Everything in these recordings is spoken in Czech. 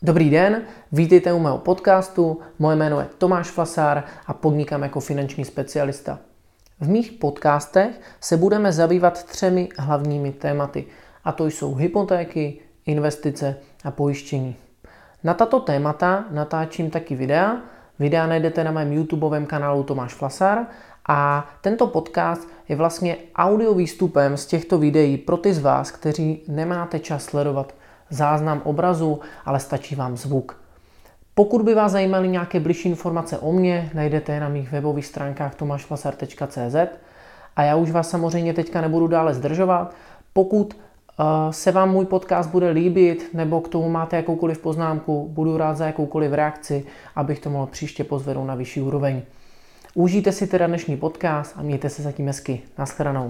Dobrý den, vítejte u mého podcastu, moje jméno je Tomáš Flasár a podnikám jako finanční specialista. V mých podcastech se budeme zabývat 3 hlavními tématy, a to jsou hypotéky, investice a pojištění. Na tato témata natáčím taky videa. Videa najdete na mém YouTubeovém kanálu Tomáš Flasár a tento podcast je vlastně audio výstupem z těchto videí pro ty z vás, kteří nemáte čas sledovat záznam obrazu, ale stačí vám zvuk. Pokud by vás zajímaly nějaké bližší informace o mně, najdete je na mých webových stránkách tomašflasar.cz a já už vás samozřejmě teďka nebudu dále zdržovat. Pokud se vám můj podcast bude líbit nebo k tomu máte jakoukoliv poznámku, budu rád za jakoukoliv reakci, abych to mohl příště pozvednout na vyšší úroveň. Užijte si teda dnešní podcast a mějte se zatím hezky. Naschledanou.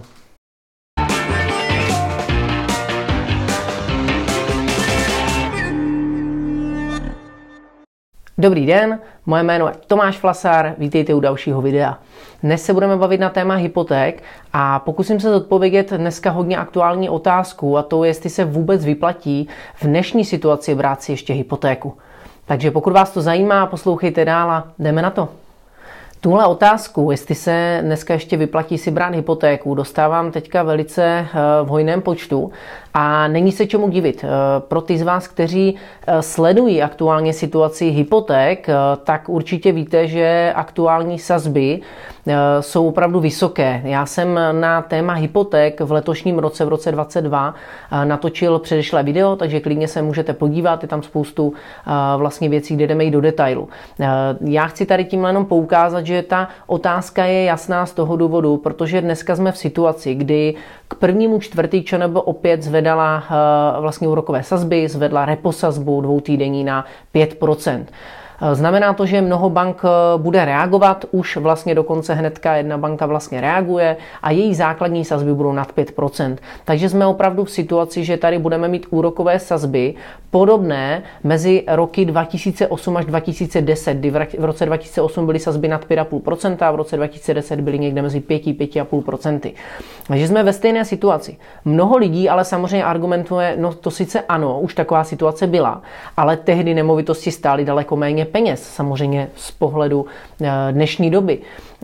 Dobrý den, moje jméno je Tomáš Flasár, vítejte u dalšího videa. Dnes se budeme bavit na téma hypoték a pokusím se zodpovědět dneska hodně aktuální otázku, a to je, jestli se vůbec vyplatí v dnešní situaci brát si ještě hypotéku. Takže pokud vás to zajímá, poslouchejte dál a jdeme na to. Tuhle otázku, jestli se dneska ještě vyplatí si brát hypotéku, dostávám teďka velice v hojném počtu a není se čemu divit. Pro ty z vás, kteří sledují aktuálně situaci hypoték, tak určitě víte, že aktuální sazby jsou opravdu vysoké. Já jsem na téma hypoték v letošním roce, v roce 2022, natočil předešlé video, takže klidně se můžete podívat, je tam spoustu vlastně věcí, kde jdeme i do detailu. Já chci tady tímhle jenom poukázat, že ta otázka je jasná z toho důvodu, protože dneska jsme v situaci, kdy k 1.4. ČNB opět zvedala vlastně úrokové sazby, zvedla repo sazbu dvoutýdenní na 5%. Znamená to, že mnoho bank bude reagovat, už vlastně dokonce hnedka jedna banka vlastně reaguje a její základní sazby budou nad 5%. Takže jsme opravdu v situaci, že tady budeme mít úrokové sazby podobné mezi roky 2008 až 2010, kdy v roce 2008 byly sazby nad 5,5% a v roce 2010 byly někde mezi 5-5,5%. Takže jsme ve stejné situaci. Mnoho lidí ale samozřejmě argumentuje, no to sice ano, už taková situace byla, ale tehdy nemovitosti stály daleko méně peněz, samozřejmě z pohledu dnešní doby.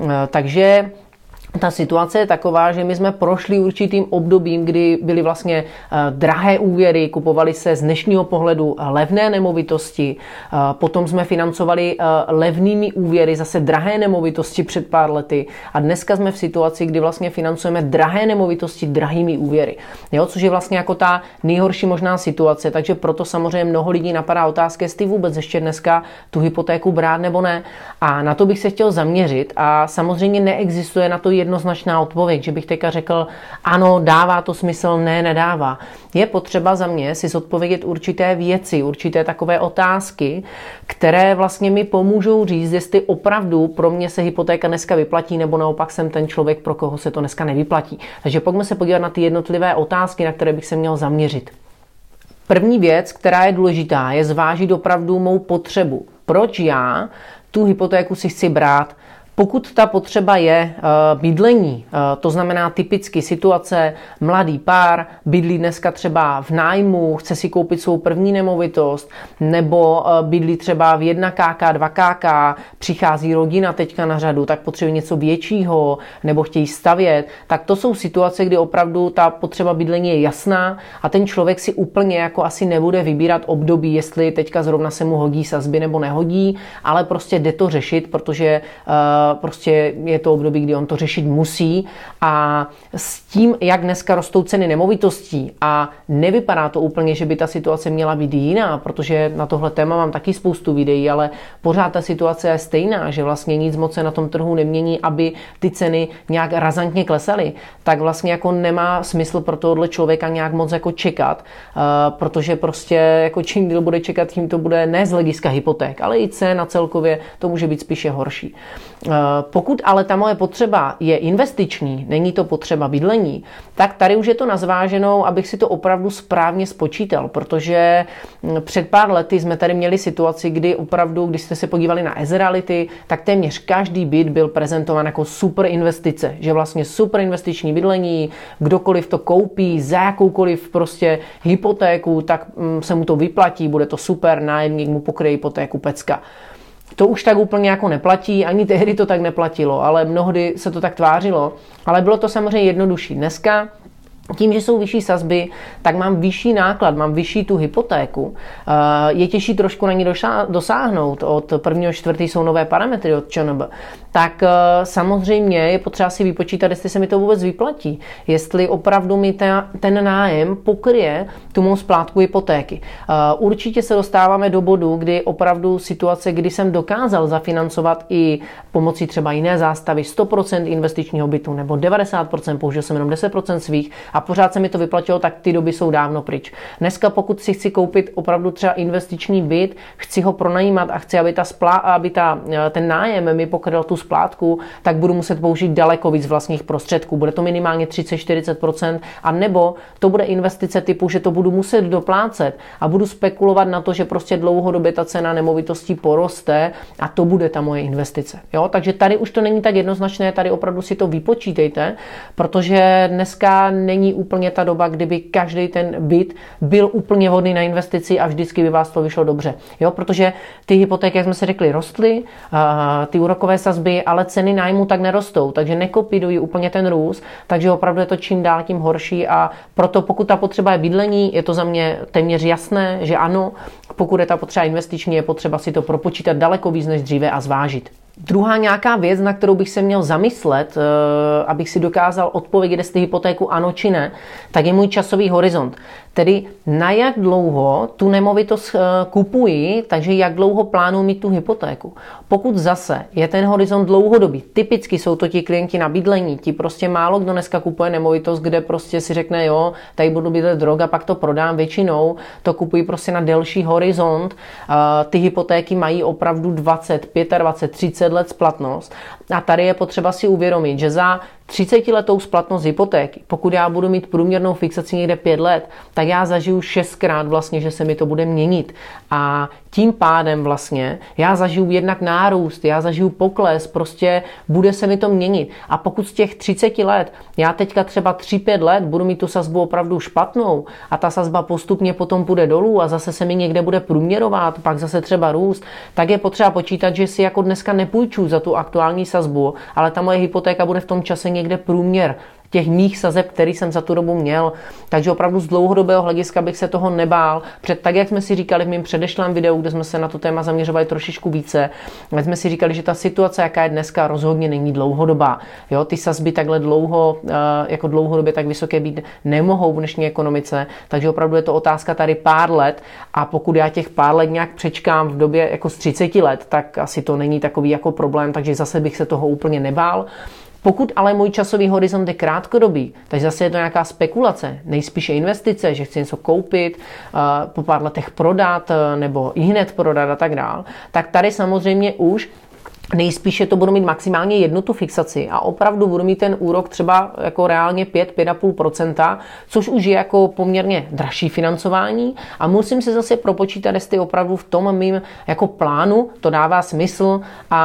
Takže ta situace je taková, že my jsme prošli určitým obdobím, kdy byly vlastně drahé úvěry, kupovaly se z dnešního pohledu levné nemovitosti, potom jsme financovali levnými úvěry zase drahé nemovitosti před pár lety a dneska jsme v situaci, kdy vlastně financujeme drahé nemovitosti drahými úvěry. Jo, což je vlastně jako ta nejhorší možná situace, takže proto samozřejmě mnoho lidí napadá otázka, jestli vůbec ještě dneska tu hypotéku brát nebo ne. A na to bych se chtěl zaměřit a samozřejmě neexistuje na to jednoznačná odpověď, že bych teďka řekl, ano, dává to smysl, ne, nedává. Je potřeba za mě si zodpovědět určité věci, určité takové otázky, které vlastně mi pomůžou říct, jestli opravdu pro mě se hypotéka dneska vyplatí, nebo naopak jsem ten člověk, pro koho se to dneska nevyplatí. Takže pojďme se podívat na ty jednotlivé otázky, na které bych se měl zaměřit. První věc, která je důležitá, je zvážit opravdu mou potřebu. Proč já tu hypotéku si chci brát? Pokud ta potřeba je bydlení, to znamená typicky situace, mladý pár, bydlí dneska třeba v nájmu, chce si koupit svou první nemovitost, nebo bydlí třeba v 1KK, 2KK, přichází rodina teďka na řadu, tak potřebuje něco většího, nebo chtějí stavět, tak to jsou situace, kdy opravdu ta potřeba bydlení je jasná a ten člověk si úplně jako asi nebude vybírat období, jestli teďka zrovna se mu hodí sazby nebo nehodí, ale prostě jde to řešit, protože prostě je to období, kdy on to řešit musí a s tím, jak dneska rostou ceny nemovitostí a nevypadá to úplně, že by ta situace měla být jiná, protože na tohle téma mám taky spoustu videí, ale pořád ta situace je stejná, že vlastně nic moc se na tom trhu nemění, aby ty ceny nějak razantně klesaly, tak vlastně jako nemá smysl pro tohohle člověka nějak moc jako čekat, protože prostě jako čím díl bude čekat, tím to bude ne z hlediska hypoték, ale i cena celkově to může být spíše horší. Pokud ale ta moje potřeba je investiční, není to potřeba bydlení, tak tady už je to na zváženou, abych si to opravdu správně spočítal, protože před pár lety jsme tady měli situaci, kdy opravdu, když jste se podívali na Ezreality, tak téměř každý byt byl prezentován jako super investice, že vlastně super investiční bydlení, kdokoliv to koupí za jakoukoliv prostě hypotéku, tak se mu to vyplatí, bude to super, nájemník mu pokryje hypotéku, pecka. To už tak úplně jako neplatí, ani tehdy to tak neplatilo, ale mnohdy se to tak tvářilo, ale bylo to samozřejmě jednodušší. Dneska tím, že jsou vyšší sazby, tak mám vyšší náklad, mám vyšší tu hypotéku. Je těžší trošku na ní dosáhnout. Od 1.4. jsou nové parametry od ČNB. Tak samozřejmě je potřeba si vypočítat, jestli se mi to vůbec vyplatí. Jestli opravdu mi ten nájem pokryje tu mou splátku hypotéky. Určitě se dostáváme do bodu, kdy opravdu situace, kdy jsem dokázal zafinancovat i pomocí třeba jiné zástavy 100% investičního bytu nebo 90%, použil jsem jenom 10% svých a pořád se mi to vyplatilo, tak ty doby jsou dávno pryč. Dneska pokud si chci koupit opravdu třeba investiční byt, chci ho pronajímat a chci, aby ten nájem mi pokryl tu splátku, tak budu muset použít daleko víc vlastních prostředků. Bude to minimálně 30-40%, a nebo to bude investice typu, že to budu muset doplácet a budu spekulovat na to, že prostě dlouhodobě ta cena nemovitostí poroste a to bude ta moje investice. Jo? Takže tady už to není tak jednoznačné, tady opravdu si to vypočítejte, protože dneska není úplně ta doba, kdyby každý ten byt byl úplně vhodný na investici a vždycky by vás to vyšlo dobře. Jo? Protože ty hypotéky, jak jsme si řekli, rostly, ty úrokové sazby, ale ceny nájmu tak nerostou, takže nekopírují úplně ten růst, takže opravdu je to čím dál tím horší a proto pokud ta potřeba je bydlení, je to za mě téměř jasné, že ano, pokud je ta potřeba investiční, je potřeba si to propočítat daleko víc než dříve a zvážit. Druhá nějaká věc, na kterou bych se měl zamyslet, abych si dokázal odpovědět, jestli hypotéku ano či ne, tak je můj časový horizont. Tedy na jak dlouho tu nemovitost kupuji, takže jak dlouho plánuji mít tu hypotéku. Pokud zase je ten horizont dlouhodobý, typicky jsou to ti klienti na bydlení, ti prostě málo kdo dneska kupuje nemovitost, kde prostě si řekne, jo, tady budu bydlet rok a pak to prodám, většinou to kupují prostě na delší horizont. Ty hypotéky mají opravdu 20, 25, 30 let splatnost a tady je potřeba si uvědomit, že za 30letou splatnost hypotéky, pokud já budu mít průměrnou fixaci někde 5 let, tak já zažiju 6krát vlastně, že se mi to bude měnit. A tím pádem vlastně já zažiju jednak nárůst, já zažiju pokles, prostě bude se mi to měnit. A pokud z těch 30 let, já teďka třeba 3-5 let budu mít tu sazbu opravdu špatnou a ta sazba postupně potom půjde dolů a zase se mi někde bude průměrovat, pak zase třeba růst, tak je potřeba počítat, že si jako dneska nepůjču za tu aktuální sazbu, ale ta moje hypotéka bude v tom čase někde průměr těch mých sazeb, který jsem za tu dobu měl. Takže opravdu z dlouhodobého hlediska bych se toho nebál. Tak, jak jsme si říkali v mém předešlém videu, kde jsme se na to téma zaměřovali trošičku více, jsme si říkali, že ta situace, jaká je dneska, rozhodně není dlouhodobá. Jo, ty sazby takhle jako dlouhodobě tak vysoké být nemohou v dnešní ekonomice, takže opravdu je to otázka tady pár let a pokud já těch pár let nějak přečkám v době jako z 30 let, tak asi to není takový jako problém, takže zase bych se toho úplně nebál. Pokud ale můj časový horizont je krátkodobý, takže zase je to nějaká spekulace, nejspíše investice, že chci něco koupit, po pár letech prodat nebo i hned prodat a tak dál, tak tady samozřejmě už nejspíše to budu mít maximálně jednu tu fixaci a opravdu budu mít ten úrok třeba jako reálně 5-5,5%, což už je jako poměrně dražší financování a musím si zase propočítat, jestli opravdu v tom mým jako plánu to dává smysl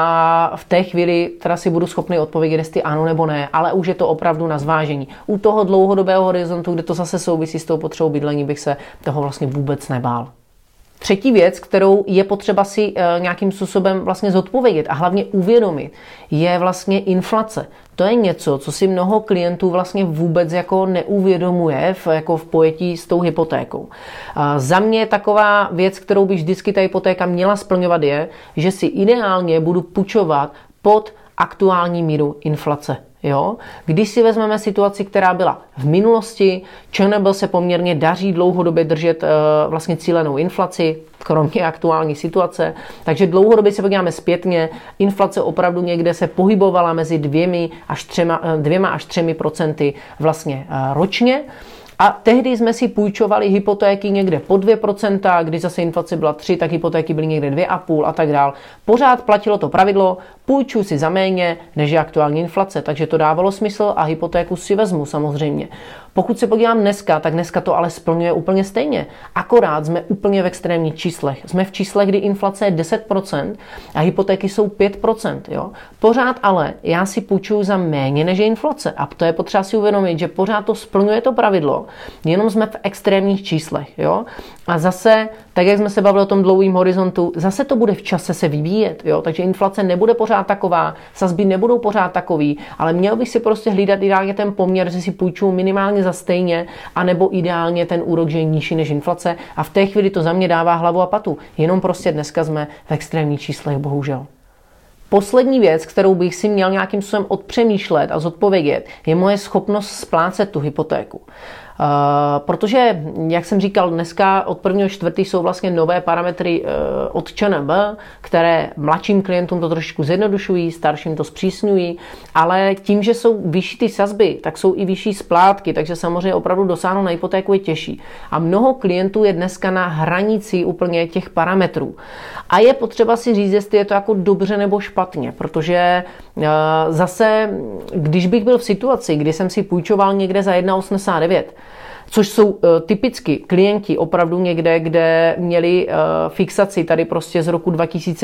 a v té chvíli teda si budu schopný odpovědět, jestli ano nebo ne, ale už je to opravdu na zvážení. U toho dlouhodobého horizontu, kde to zase souvisí s tou potřebou bydlení, bych se toho vlastně vůbec nebál. Třetí věc, kterou je potřeba si nějakým způsobem vlastně zodpovědět a hlavně uvědomit, je vlastně inflace. To je něco, co si mnoho klientů vlastně vůbec jako neuvědomuje jako v pojetí s tou hypotékou. Za mě taková věc, kterou by vždycky ta hypotéka měla splňovat, je, že si ideálně budu půjčovat pod aktuální míru inflace. Jo? Když si vezmeme situaci, která byla v minulosti, ČNB se poměrně daří dlouhodobě držet vlastně cílenou inflaci, kromě aktuální situace. Takže dlouhodobě se podíváme zpětně, inflace opravdu někde se pohybovala mezi 2 až 3% vlastně ročně. A tehdy jsme si půjčovali hypotéky někde po 2%, když zase inflace byla 3, tak hypotéky byly někde 2,5 a tak dál. Pořád platilo to pravidlo, půjčuji si za méně, než je aktuální inflace, takže to dávalo smysl a hypotéku si vezmu samozřejmě. Pokud se podívám dneska, tak dneska to ale splňuje úplně stejně. Akorát jsme úplně v extrémních číslech. Jsme v číslech, kdy inflace je 10% a hypotéky jsou 5%. Jo? Pořád ale já si půjčuju za méně než je inflace. A to je potřeba si uvědomit, že pořád to splňuje to pravidlo, jenom jsme v extrémních číslech. Jo? A zase, tak jak jsme se bavili o tom dlouhém horizontu, zase to bude v čase se vyvíjet. Jo? Takže inflace nebude pořád taková, sazby nebudou pořád takový, ale měl bych si prostě hlídat ideálně ten poměr, že si půjčuju minimálně za stejně, anebo ideálně ten úrok, že je nižší než inflace a v té chvíli to za mě dává hlavu a patu. Jenom prostě dneska jsme v extrémních číslech, bohužel. Poslední věc, kterou bych si měl nějakým způsobem odpřemýšlet a zodpovědět, je moje schopnost splácet tu hypotéku. Protože, jak jsem říkal, dneska od 1.4. jsou vlastně nové parametry od ČNB, které mladším klientům to trošku zjednodušují, starším to zpřísňují, ale tím, že jsou vyšší ty sazby, tak jsou i vyšší splátky, takže samozřejmě opravdu dosáhnout na hypotéku je těžší. A mnoho klientů je dneska na hranici úplně těch parametrů. A je potřeba si říct, jestli je to jako dobře nebo špatně, protože zase, když bych byl v situaci, kdy jsem si půjčoval někde za 1,89, což jsou typicky klienti opravdu někde, kde měli fixaci tady prostě z roku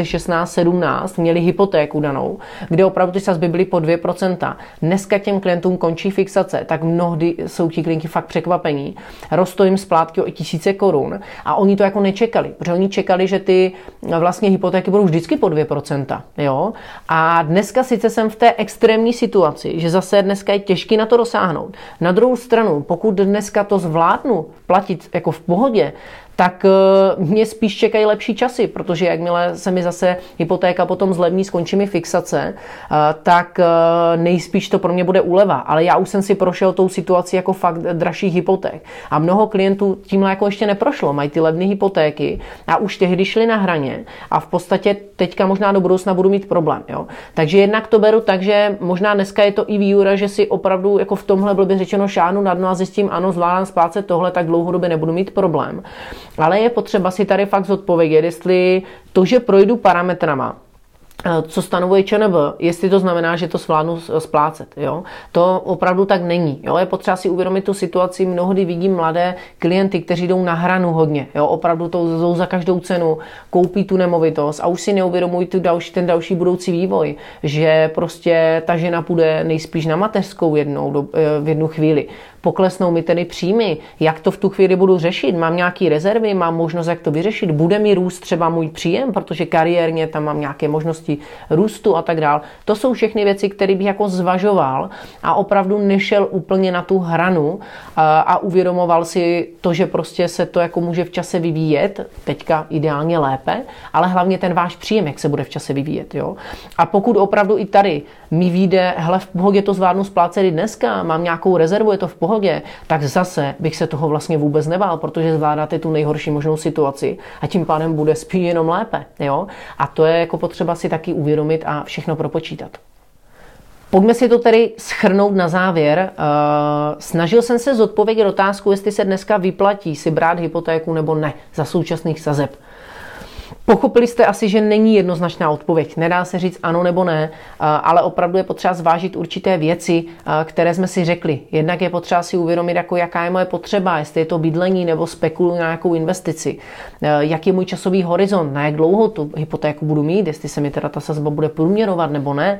2016-17, měli hypotéku danou, kde opravdu ty sazby byly po 2%. Dneska těm klientům končí fixace, tak mnohdy jsou ti klienti fakt překvapení. Rostou jim splátky o 1000 korun a oni to jako nečekali, protože oni čekali, že ty vlastně hypotéky budou vždycky po 2%. Jo? A dneska sice jsem v té extrémní situaci, že zase dneska je těžký na to dosáhnout. Na druhou stranu, pokud dneska to zvládnu platit jako v pohodě, tak mě spíš čekají lepší časy, protože jakmile se mi zase hypotéka potom zlevní, skončí mi fixace, tak nejspíš to pro mě bude úleva. Ale já už jsem si prošel tou situací jako fakt dražších hypoték. A mnoho klientů tímhle jako ještě neprošlo. Mají ty levné hypotéky a už tehdy šli na hraně a v podstatě teďka možná do budoucna budu mít problém. Jo? Takže jednak to beru tak, že možná dneska je to i výhoda, že si opravdu jako v tomhle bylo by řečeno šáhnu na dno a zjistím, ano, zvládám splácet tohle, tak dlouhodobě nebudu mít problém. Ale je potřeba si tady fakt zodpovědět, jestli to, že projdu parametrama, co stanovuje ČNB, jestli to znamená, že to zvládnu splácet. Jo? To opravdu tak není. Jo? Je potřeba si uvědomit tu situaci. Mnohdy vidím mladé klienty, kteří jdou na hranu hodně. Jo? Opravdu to jdou za každou cenu, koupí tu nemovitost a už si neuvědomují ten další budoucí vývoj, že prostě ta žena půjde nejspíš na mateřskou v jednu chvíli. Poklesnou mi tedy příjmy, jak to v tu chvíli budu řešit, mám nějaké rezervy, mám možnost, jak to vyřešit, bude mi růst třeba můj příjem, protože kariérně tam mám nějaké možnosti růstu a tak dál. To jsou všechny věci, které bych jako zvažoval a opravdu nešel úplně na tu hranu a uvědomoval si to, že prostě se to jako může v čase vyvíjet, teďka ideálně lépe, ale hlavně ten váš příjem, jak se bude v čase vyvíjet. Jo? A pokud opravdu i tady mi vyjde, hele, v pohodě to zvládnu splácet i dneska, mám nějakou rezervu, je to v pohodě, tak zase bych se toho vlastně vůbec nebál, protože zvládáte tu nejhorší možnou situaci a tím pádem bude spíš jenom lépe. Jo? A to je jako potřeba si taky uvědomit a všechno propočítat. Pojďme si to tedy shrnout na závěr. Snažil jsem se zodpovědět otázku, jestli se dneska vyplatí si brát hypotéku nebo ne za současných sazeb. Pochopili jste asi, že není jednoznačná odpověď. Nedá se říct ano nebo ne, ale opravdu je potřeba zvážit určité věci, které jsme si řekli. Jednak je potřeba si uvědomit, jako jaká je moje potřeba, jestli je to bydlení nebo spekuluji na nějakou investici. Jak je můj časový horizont, na jak dlouho tu hypotéku budu mít, jestli se mi teda ta sazba bude průměrovat nebo ne.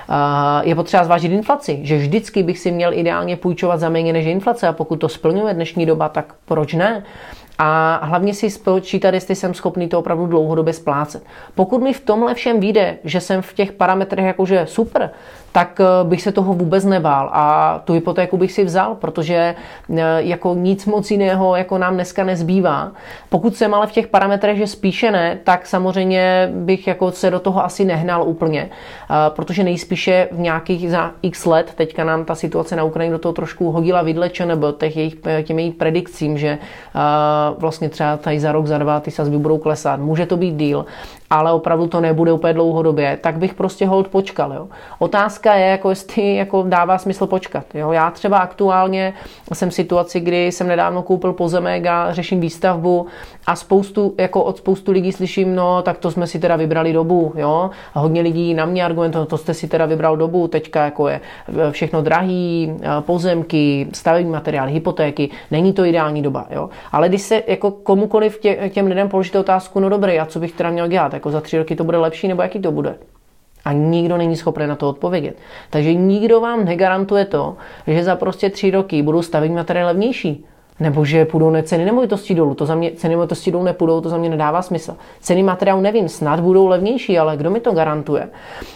Je potřeba zvážit inflaci, že vždycky bych si měl ideálně půjčovat za méně než inflace a pokud to splňuje dnešní doba, tak proč ne? A hlavně si spočítat, jestli jsem schopný to opravdu dlouhodobě splácet. Pokud mi v tomhle všem vyjde, že jsem v těch parametrech jakože super, tak bych se toho vůbec nebál a tu hypotéku bych si vzal, protože jako nic moc jiného jako nám dneska nezbývá. Pokud jsem ale v těch parametrech, že spíše ne, tak samozřejmě bych jako se do toho asi nehnal úplně, protože nejspíše v nějakých za x let, teďka nám ta situace na Ukrajině do toho trošku hodila vidle ČNB, těm jejich predikcím, že vlastně třeba tady za rok, za dva ty sazby budou klesat. Může to být deal, ale opravdu to nebude úplně dlouhodobě, tak bych prostě hold počkal. Jo. Otázka je, jako jestli jako dává smysl počkat. Jo. Já třeba aktuálně jsem v situaci, kdy jsem nedávno koupil pozemek a řeším výstavbu a od spoustu lidí slyším, no tak to jsme si teda vybrali dobu. Jo. A hodně lidí na mě argumentují, to jste si teda vybral dobu, teďka jako je všechno drahý, pozemky, stavební materiály, hypotéky, není to ideální doba. Jo. Ale když se jako komukoliv těm lidem položíte otázku, no dobré, a co bych teda měl dělat? Jako za 3 roky to bude lepší, nebo jaký to bude? A nikdo není schopný na to odpovědět. Takže nikdo vám negarantuje to, že za prostě 3 roky budou stavební materiály levnější. Nebo že půjdou ceny nemovitostí dolů. To za mě ceny nemovitostí dolů nepůjdou, to za mě nedává smysl. Ceny materiálu nevím, snad budou levnější, ale kdo mi to garantuje?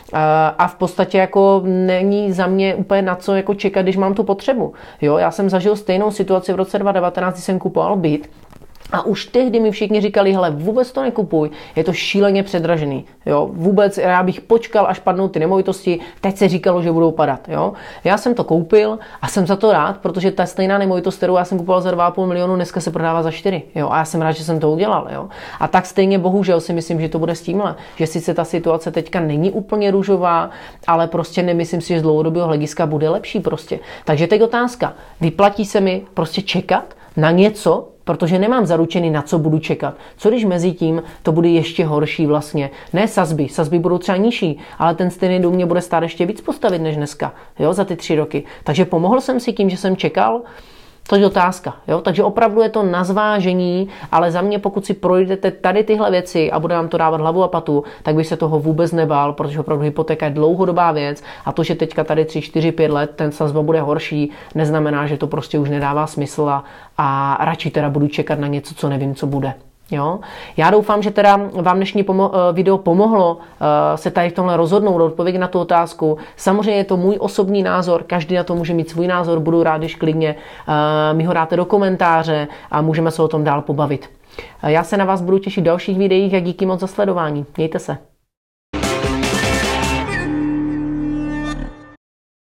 A v podstatě jako není za mě úplně na co jako čekat, když mám tu potřebu. Jo, já jsem zažil stejnou situaci v roce 2019, kdy jsem kupoval byt. A už tehdy mi všichni říkali, hele, vůbec to nekupuj, je to šíleně předražený. Jo? Vůbec já bych počkal, až padnou ty nemovitosti, teď se říkalo, že budou padat. Jo? Já jsem to koupil a jsem za to rád, protože ta stejná nemovitost, kterou já jsem kupoval za 2,5 milionu, dneska se prodává za 4. Jo? A já jsem rád, že jsem to udělal. Jo? A tak stejně bohužel si myslím, že to bude s tímhle, že sice ta situace teďka není úplně růžová, ale prostě nemyslím si, že z dlouhodobého hlediska bude lepší prostě. Takže teď otázka, vyplatí se mi prostě čekat na něco, protože nemám zaručený, na co budu čekat. Co když mezi tím to bude ještě horší vlastně? Ne sazby budou třeba nižší, ale ten stejný dům mě bude stát ještě víc postavit než dneska, jo, za ty 3 roky. Takže pomohl jsem si tím, že jsem čekal? To je otázka. Jo? Takže opravdu je to na zvážení, ale za mě, pokud si projdete tady tyhle věci a bude vám to dávat hlavu a patu, tak bych se toho vůbec nebál, protože opravdu hypotéka je dlouhodobá věc a to, že teďka tady 3, 4, 5 let ten sazba bude horší, neznamená, že to prostě už nedává smysl a radši teda budu čekat na něco, co nevím, co bude. Jo? Já doufám, že teda vám dnešní video pomohlo se tady v tomhle rozhodnout, odpovědět na tu otázku. Samozřejmě je to můj osobní názor, každý na to může mít svůj názor, budu rád, když klidně mi ho dáte do komentáře a můžeme se o tom dál pobavit. Já se na vás budu těšit v dalších videích a díky moc za sledování. Mějte se.